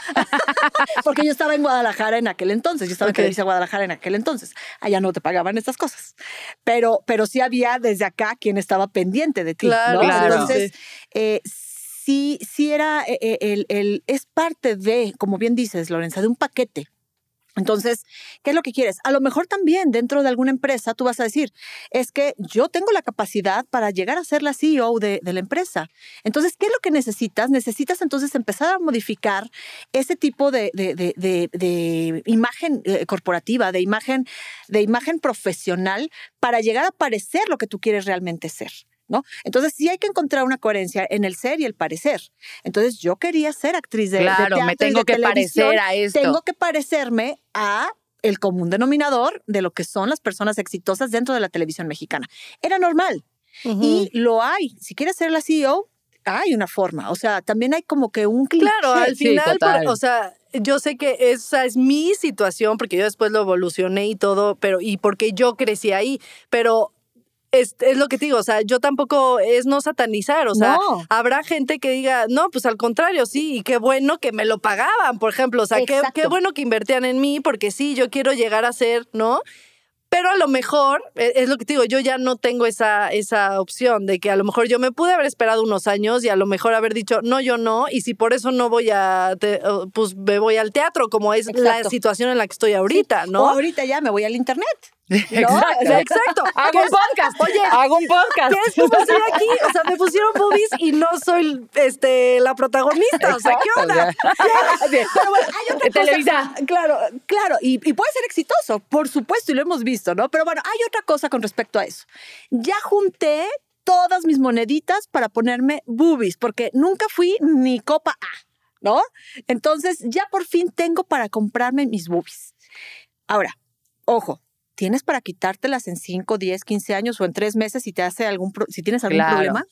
Porque yo estaba en Guadalajara en aquel entonces, yo estaba Ok. en Televisa Guadalajara en aquel entonces. Allá no te pagaban estas cosas. Pero, pero sí había desde acá quien estaba pendiente de ti, Claro, ¿no? claro. Entonces, eh, sí, sí era, eh, eh, el, el, es parte de, como bien dices, Lorenza, de un paquete. Entonces, ¿qué es lo que quieres? A lo mejor también dentro de alguna empresa tú vas a decir, es que yo tengo la capacidad para llegar a ser la C E O de, de la empresa. Entonces, ¿qué es lo que necesitas? Necesitas entonces empezar a modificar ese tipo de, de, de, de, de imagen eh, corporativa, de imagen, de imagen profesional para llegar a parecer lo que tú quieres realmente ser, ¿no? Entonces, sí hay que encontrar una coherencia en el ser y el parecer. Entonces, yo quería ser actriz de, de Claro, teatro me y tengo de que televisión. parecer a esto. Tengo que parecerme a el común denominador de lo que son las personas exitosas dentro de la televisión mexicana. Era normal. ujú. Y lo hay. Si quieres ser la C E O, hay una forma. O sea, también hay como que un cliché. Claro, al Sí, final, total. por- o sea, yo sé que esa es mi situación porque yo después lo evolucioné y todo, pero y porque yo crecí ahí, pero es, es lo que te digo, o sea, yo tampoco es no satanizar, o sea, No. habrá gente que diga, no, pues al contrario, sí, y qué bueno que me lo pagaban, por ejemplo, o sea, qué, Exacto. qué bueno que invertían en mí porque sí, yo quiero llegar a ser, ¿no? Pero a lo mejor, e- es lo que te digo, yo ya no tengo esa, esa opción de que a lo mejor yo me pude haber esperado unos años y a lo mejor haber dicho, no, yo no, y si por eso no voy a, te- uh, pues me voy al teatro, como es la Exacto. situación en la que estoy ahorita, O ¿no? ahorita ya me voy al internet. Exacto. O sea, exacto. Hago un podcast. Oye, hago un podcast. ¿quieres como estoy aquí? O sea, me pusieron boobies y no soy este, la protagonista. O sea, ¿qué Exacto, onda? o sea. Pero bueno, hay otra cosa. Televisa. Claro, claro. Y, y puede ser exitoso, por supuesto, y lo hemos visto, ¿no? Pero bueno, hay otra cosa con respecto a eso. Ya junté todas mis moneditas para ponerme boobies, porque nunca fui ni copa A, ¿no? Entonces, ya por fin tengo para comprarme mis boobies. Ahora, ojo. Tienes para quitártelas en cinco, diez, quince años o en tres meses si te hace algún pro- si tienes algún Claro. problema.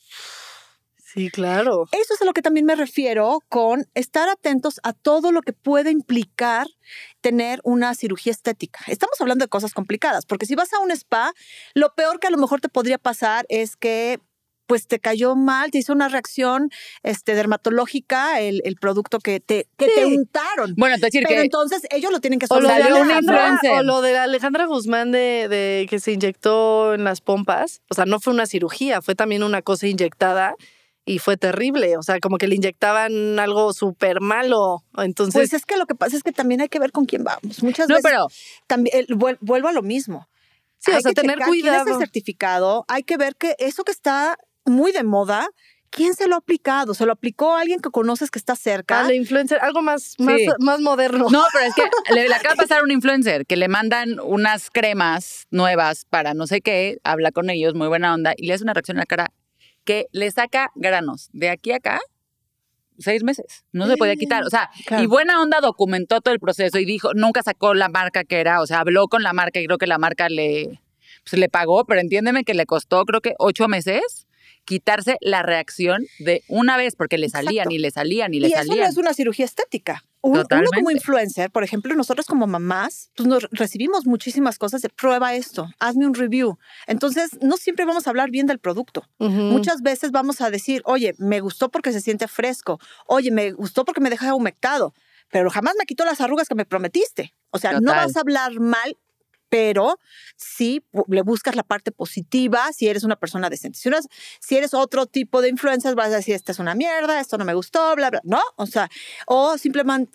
Sí, claro. Eso es a lo que también me refiero con estar atentos a todo lo que puede implicar tener una cirugía estética. Estamos hablando de cosas complicadas, porque si vas a un spa, lo peor que a lo mejor te podría pasar es que pues te cayó mal, te hizo una reacción este, dermatológica, el, el producto que te, que Sí. te untaron. Bueno, es decir Pero que entonces ellos lo tienen que O lo, de Salió solucionar. una Alejandra, influencer. o lo de Alejandra Guzmán de, de que se inyectó en las pompas. O sea, no fue una cirugía, fue también una cosa inyectada y fue terrible. O sea, como que le inyectaban algo súper malo. Entonces, Pues es que lo que pasa es que también hay que ver con quién vamos. Muchas no, veces pero también el- vuel- vuelvo a lo mismo. sí, o Hay sea, que tener checar quién es el cuidado. certificado. Hay que ver que eso que está muy de moda, ¿quién se lo ha aplicado? ¿Se lo aplicó a alguien que conoces que está cerca? A la influencer, algo más, más, Sí. más moderno. no, pero es que le, le acaba de pasar a un influencer que le mandan unas cremas nuevas para no sé qué, habla con ellos, muy buena onda, y le hace una reacción en la cara que le saca granos de aquí a acá seis meses. No se podía quitar. O sea, Claro. y buena onda documentó todo el proceso y dijo, nunca sacó la marca que era, o sea, habló con la marca y creo que la marca le, pues, le pagó, pero entiéndeme que le costó creo que ocho meses quitarse la reacción de una vez, porque le salían Exacto. y le salían y le Y eso no salían. es una cirugía estética. Un- uno Totalmente. como influencer, por ejemplo, nosotros como mamás, pues nos recibimos muchísimas cosas de prueba esto, hazme un review. Entonces, no siempre vamos a hablar bien del producto. Ujú. Muchas veces vamos a decir, oye, me gustó porque se siente fresco, oye, me gustó porque me deja humectado, pero jamás me quitó las arrugas que me prometiste. O sea, no Total. vas a hablar mal, pero sí bu- le buscas la parte positiva si eres una persona decente. Si, eres, si eres otro tipo de influencers, vas a decir, esta es una mierda, esto no me gustó, bla, bla, ¿no? O sea, o simplemente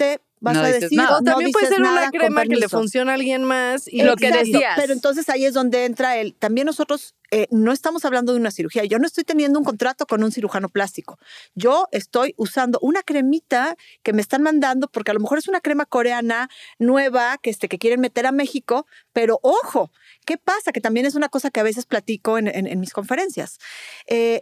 vas No a dices decir. nada. O también no puede dices ser una nada, con crema que le permiso. funciona a alguien más. Y Lo que Exacto, decías. Pero entonces ahí es donde entra el. También nosotros eh, no estamos hablando de una cirugía. Yo no estoy teniendo un contrato con un cirujano plástico. Yo estoy usando una cremita que me están mandando porque a lo mejor es una crema coreana nueva que, este, que quieren meter a México. Pero ojo, ¿qué pasa? Que también es una cosa que a veces platico en, en, en mis conferencias. Eh,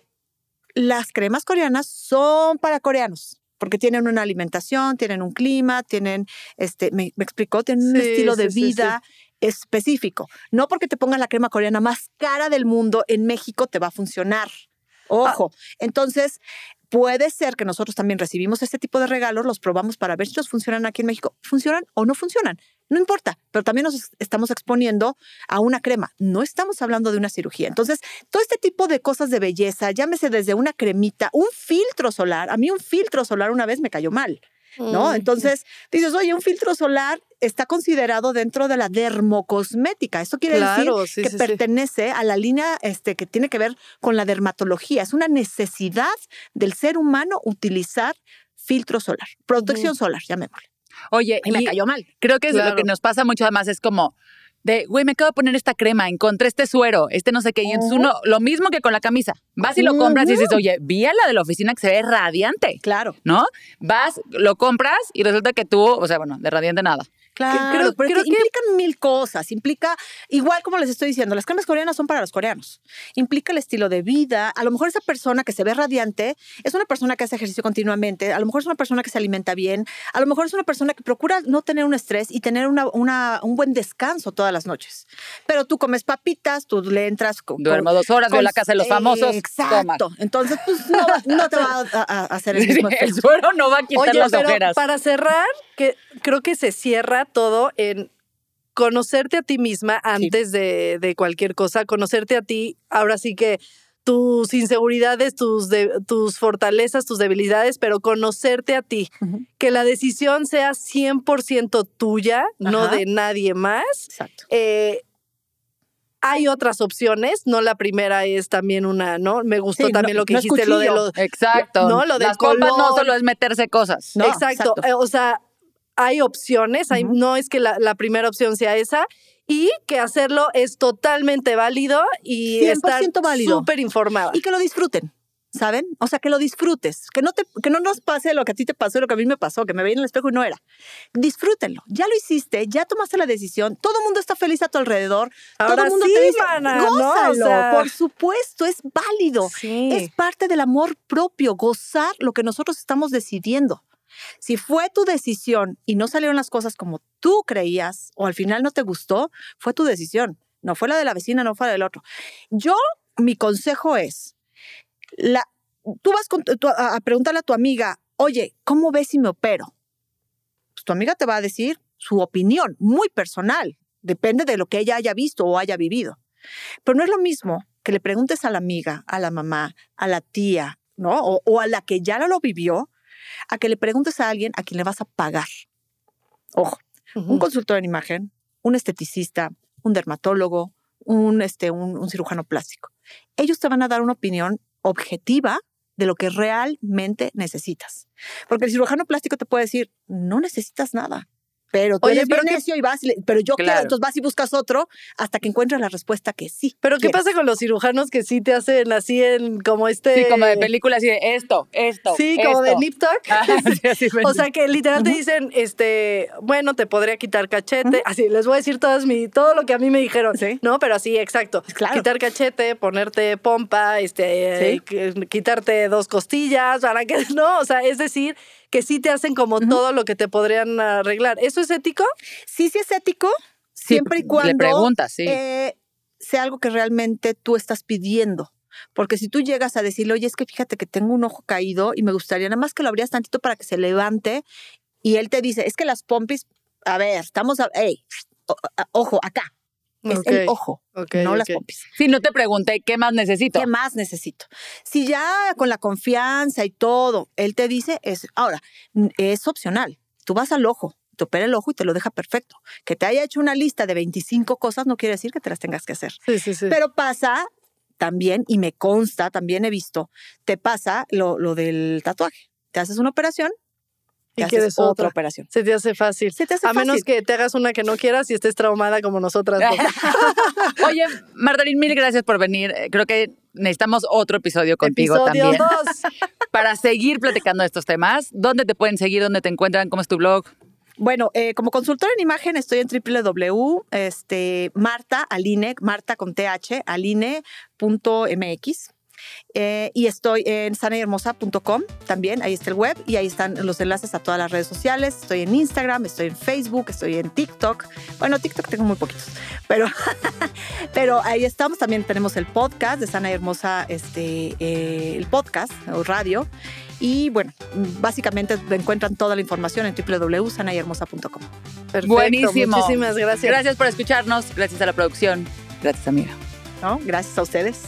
las cremas coreanas son para coreanos. Porque tienen una alimentación, tienen un clima, tienen, este, me, me explicó, tienen un Sí, estilo de sí, sí, vida específico. No porque te pongas la crema coreana más cara del mundo en México te va a funcionar. Ojo. Entonces, puede ser que nosotros también recibimos este tipo de regalos, los probamos para ver si nos funcionan aquí en México. ¿Funcionan o no funcionan? No importa, pero también nos estamos exponiendo a una crema. No estamos hablando de una cirugía. Entonces, todo este tipo de cosas de belleza, llámese desde una cremita, un filtro solar. A mí un filtro solar una vez me cayó mal, ¿no? Mm. Entonces, dices, oye, un filtro solar está considerado dentro de la dermocosmética. Esto quiere Claro, decir sí, que sí, sí. pertenece a la línea este, que tiene que ver con la dermatología. Es una necesidad del ser humano utilizar filtro solar, protección solar, llamémosle. Oye, Y me y cayó mal. creo que es Claro. lo que nos pasa mucho además es como de, güey, me acabo de poner esta crema, encontré este suero, este no sé qué, y entonces uno, lo mismo que con la camisa. Vas y lo compras y dices, oye, vi a la de la oficina que se ve radiante, Claro. ¿no? Vas, lo compras y resulta que tú, o sea, bueno, de radiante nada. Claro, creo- pero creo es que que- implican mil cosas. Implica, igual como les estoy diciendo, las cremas coreanas son para los coreanos. Implica el estilo de vida. A lo mejor esa persona que se ve radiante es una persona que hace ejercicio continuamente. A lo mejor es una persona que se alimenta bien. A lo mejor es una persona que procura no tener un estrés y tener una, una, un buen descanso todas las noches. Pero tú comes papitas, tú le entras con... Duermo con- dos horas, veo con- la casa de los famosos, Eh, exacto. toma. Entonces, pues no, va- no te va a, a- a hacer el mismo El efecto. suero no va a quitar Oye, las pero ojeras. para cerrar, que creo que se cierra todo en conocerte a ti misma antes de, de cualquier cosa, conocerte a ti, ahora sí que tus inseguridades, tus, de- tus fortalezas, tus debilidades, pero conocerte a ti, Ujú. que la decisión sea cien por ciento tuya, no Ajá. de nadie más. Exacto. Eh, hay otras opciones, no la primera es también una, ¿no? Me gustó Sí, también no- lo que no es dijiste, lo de cuchillo. los... Exacto. No, lo del Las pompas no color. solo es meterse cosas. No, exacto. exacto. Eh, o sea, hay opciones, hay- Ujú. no es que la, la primera opción sea esa, y que hacerlo es totalmente válido y cien por estar ciento válido. súper informada. Y que lo disfruten, ¿saben? O sea, que lo disfrutes, que no, te, que no nos pase lo que a ti te pasó y lo que a mí me pasó, que me veía en el espejo y no era. Disfrútenlo, ya lo hiciste, ya tomaste la decisión, todo el mundo está feliz a tu alrededor, todo Ahora el mundo sí, te dice, mana, ¿no? O gózalo, sea- por supuesto, es válido, Sí. es parte del amor propio, gozar lo que nosotros estamos decidiendo. Si fue tu decisión y no salieron las cosas como tú creías o al final no te gustó, fue tu decisión. No fue la de la vecina, no fue la del otro. Yo, mi consejo es, la, tú vas con tu- a, a preguntarle a tu amiga, oye, ¿cómo ves si me opero? Pues tu amiga te va a decir su opinión, muy personal. Depende de lo que ella haya visto o haya vivido. Pero no es lo mismo que le preguntes a la amiga, a la mamá, a la tía, ¿no? O, o a la que ya lo vivió, a que le preguntes a alguien a quien le vas a pagar. Ojo, un consultor en imagen, un esteticista, un dermatólogo, un, este, un, un cirujano plástico. Ellos te van a dar una opinión objetiva de lo que realmente necesitas. Porque el cirujano plástico te puede decir, no necesitas nada. Pero tú Oye, eres pero bien qué- necio y vas, y le- pero yo quiero, Claro. entonces vas y buscas otro hasta que encuentres la respuesta que sí. Pero ¿qué quieres. pasa con los cirujanos que sí te hacen así en como este... Sí, como de película así de esto, esto, Sí, como de esto. nip tuck. Ah, sí, así me- O sea, que literal te dicen, este, bueno, te podría quitar cachete. Así, les voy a decir todas mi, todo lo que a mí me dijeron. Sí. No, pero así, exacto. Claro. Quitar cachete, ponerte pompa, este, Sí. qu- quitarte dos costillas, para que, no, o sea, es decir, que sí te hacen como todo lo que te podrían arreglar. ¿Eso es ético? Sí, sí es ético, Sí, siempre y cuando le preguntas, sí. eh, sea algo que realmente tú estás pidiendo. Porque si tú llegas a decirle, oye, es que fíjate que tengo un ojo caído y me gustaría nada más que lo abrías tantito para que se levante, y él te dice, es que las pompis, a ver, estamos, a, hey, o- a- ojo, acá, es Ok, el ojo, ok, no las ok. pompis. Sí, no te pregunté qué más necesito. ¿Qué más necesito? Si ya con la confianza y todo, él te dice, es, ahora, n- es opcional. Tú vas al ojo, te opera el ojo y te lo deja perfecto. Que te haya hecho una lista de veinticinco cosas no quiere decir que te las tengas que hacer. Sí, sí, sí. Pero pasa también, y me consta, también he visto, te pasa lo, lo del tatuaje. Te haces una operación Y haces quieres otra otra. operación. Se te hace fácil. Se te hace a fácil. menos que te hagas una que no quieras y estés traumada como nosotras. Oye, Martaline, mil gracias por venir. Creo que necesitamos otro episodio contigo Episodio también. dos. Para seguir platicando de estos temas. ¿Dónde te pueden seguir? ¿Dónde te encuentran? ¿Cómo es tu blog? Bueno, eh, como consultora en imagen estoy en doble u doble u doble u punto este, Marta, Aline, Marta con T H, aline punto m x. Eh, y estoy en sana y hermosa punto com también, ahí está el web y ahí están los enlaces a todas las redes sociales. Estoy en Instagram, estoy en Facebook, estoy en TikTok. Bueno, TikTok tengo muy poquitos, pero, pero ahí estamos. También tenemos el podcast de Sana y Hermosa, este, eh, el podcast o radio. Y bueno, básicamente encuentran toda la información en doble u doble u doble u punto sana y hermosa punto com. Perfecto. Buenísimo. Muchísimas gracias. Gracias por escucharnos. Gracias a la producción. Gracias, amiga. ¿No? Gracias a ustedes.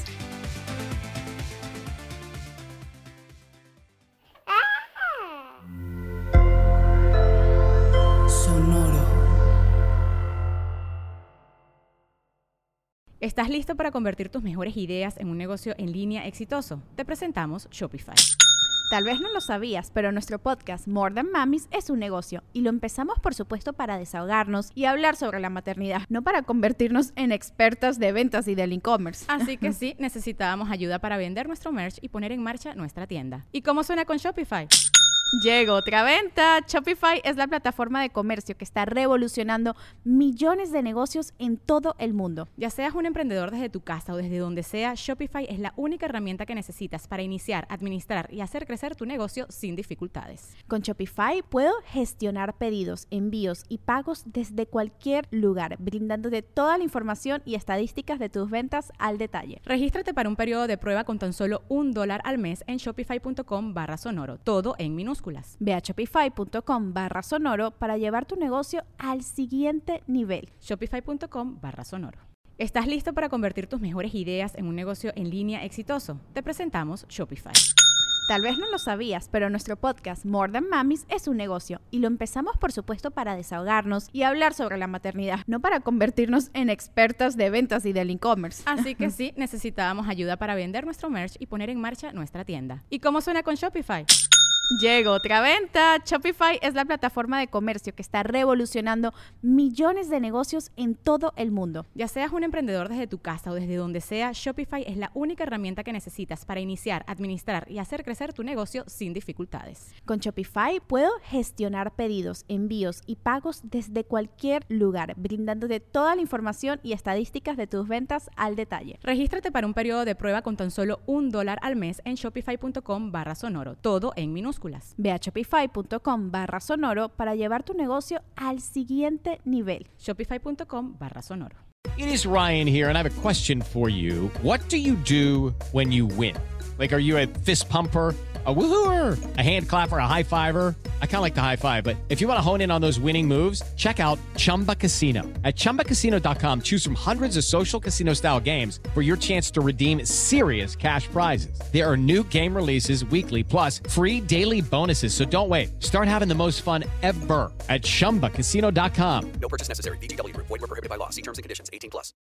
¿Estás listo para convertir tus mejores ideas en un negocio en línea exitoso? Te presentamos Shopify. Tal vez no lo sabías, pero nuestro podcast More Than Mamis es un negocio y lo empezamos por supuesto para desahogarnos y hablar sobre la maternidad, no para convertirnos en expertas de ventas y del e-commerce. Así que sí, necesitábamos ayuda para vender nuestro merch y poner en marcha nuestra tienda. ¿Y cómo suena con Shopify? Llegó otra venta. Shopify es la plataforma de comercio que está revolucionando millones de negocios en todo el mundo. Ya seas un emprendedor desde tu casa o desde donde sea, Shopify es la única herramienta que necesitas para iniciar, administrar y hacer crecer tu negocio sin dificultades. Con Shopify puedo gestionar pedidos, envíos y pagos desde cualquier lugar, brindándote toda la información y estadísticas de tus ventas al detalle. Regístrate para un periodo de prueba con tan solo un dólar al mes en shopify punto com barra sonoro, todo en minúsculas. Ve a shopify punto com barra sonoro para llevar tu negocio al siguiente nivel. shopify punto com barra sonoro. ¿Estás listo para convertir tus mejores ideas en un negocio en línea exitoso? Te presentamos Shopify. Tal vez no lo sabías, pero nuestro podcast More Than Mamis es un negocio y lo empezamos por supuesto para desahogarnos y hablar sobre la maternidad, no para convertirnos en expertas de ventas y del e-commerce. Así que sí, necesitábamos ayuda para vender nuestro merch y poner en marcha nuestra tienda. ¿Y cómo suena con Shopify? Llegó otra venta. Shopify es la plataforma de comercio que está revolucionando millones de negocios en todo el mundo. Ya seas un emprendedor desde tu casa o desde donde sea, Shopify es la única herramienta que necesitas para iniciar, administrar y hacer crecer tu negocio sin dificultades. Con Shopify puedo gestionar pedidos, envíos y pagos desde cualquier lugar, brindándote toda la información y estadísticas de tus ventas al detalle. Regístrate para un periodo de prueba con tan solo un dólar al mes en shopify punto com barra sonoro, todo en minúsculas. Ve a shopify punto com barra sonoro para llevar tu negocio al siguiente nivel. shopify punto com barra sonoro. It is Ryan here, and I have a question for you. What do you do when you win? Like, are you a fist pumper, a woohooer, a hand clapper, a high fiver? I kind of like the high five, but if you want to hone in on those winning moves, check out Chumba Casino. At chumba casino dot com, choose from hundreds of social casino style games for your chance to redeem serious cash prizes. There are new game releases weekly, plus free daily bonuses. So don't wait. Start having the most fun ever at chumba casino dot com. No purchase necessary. V G W Group. Void where prohibited by law. See terms and conditions. eighteen plus.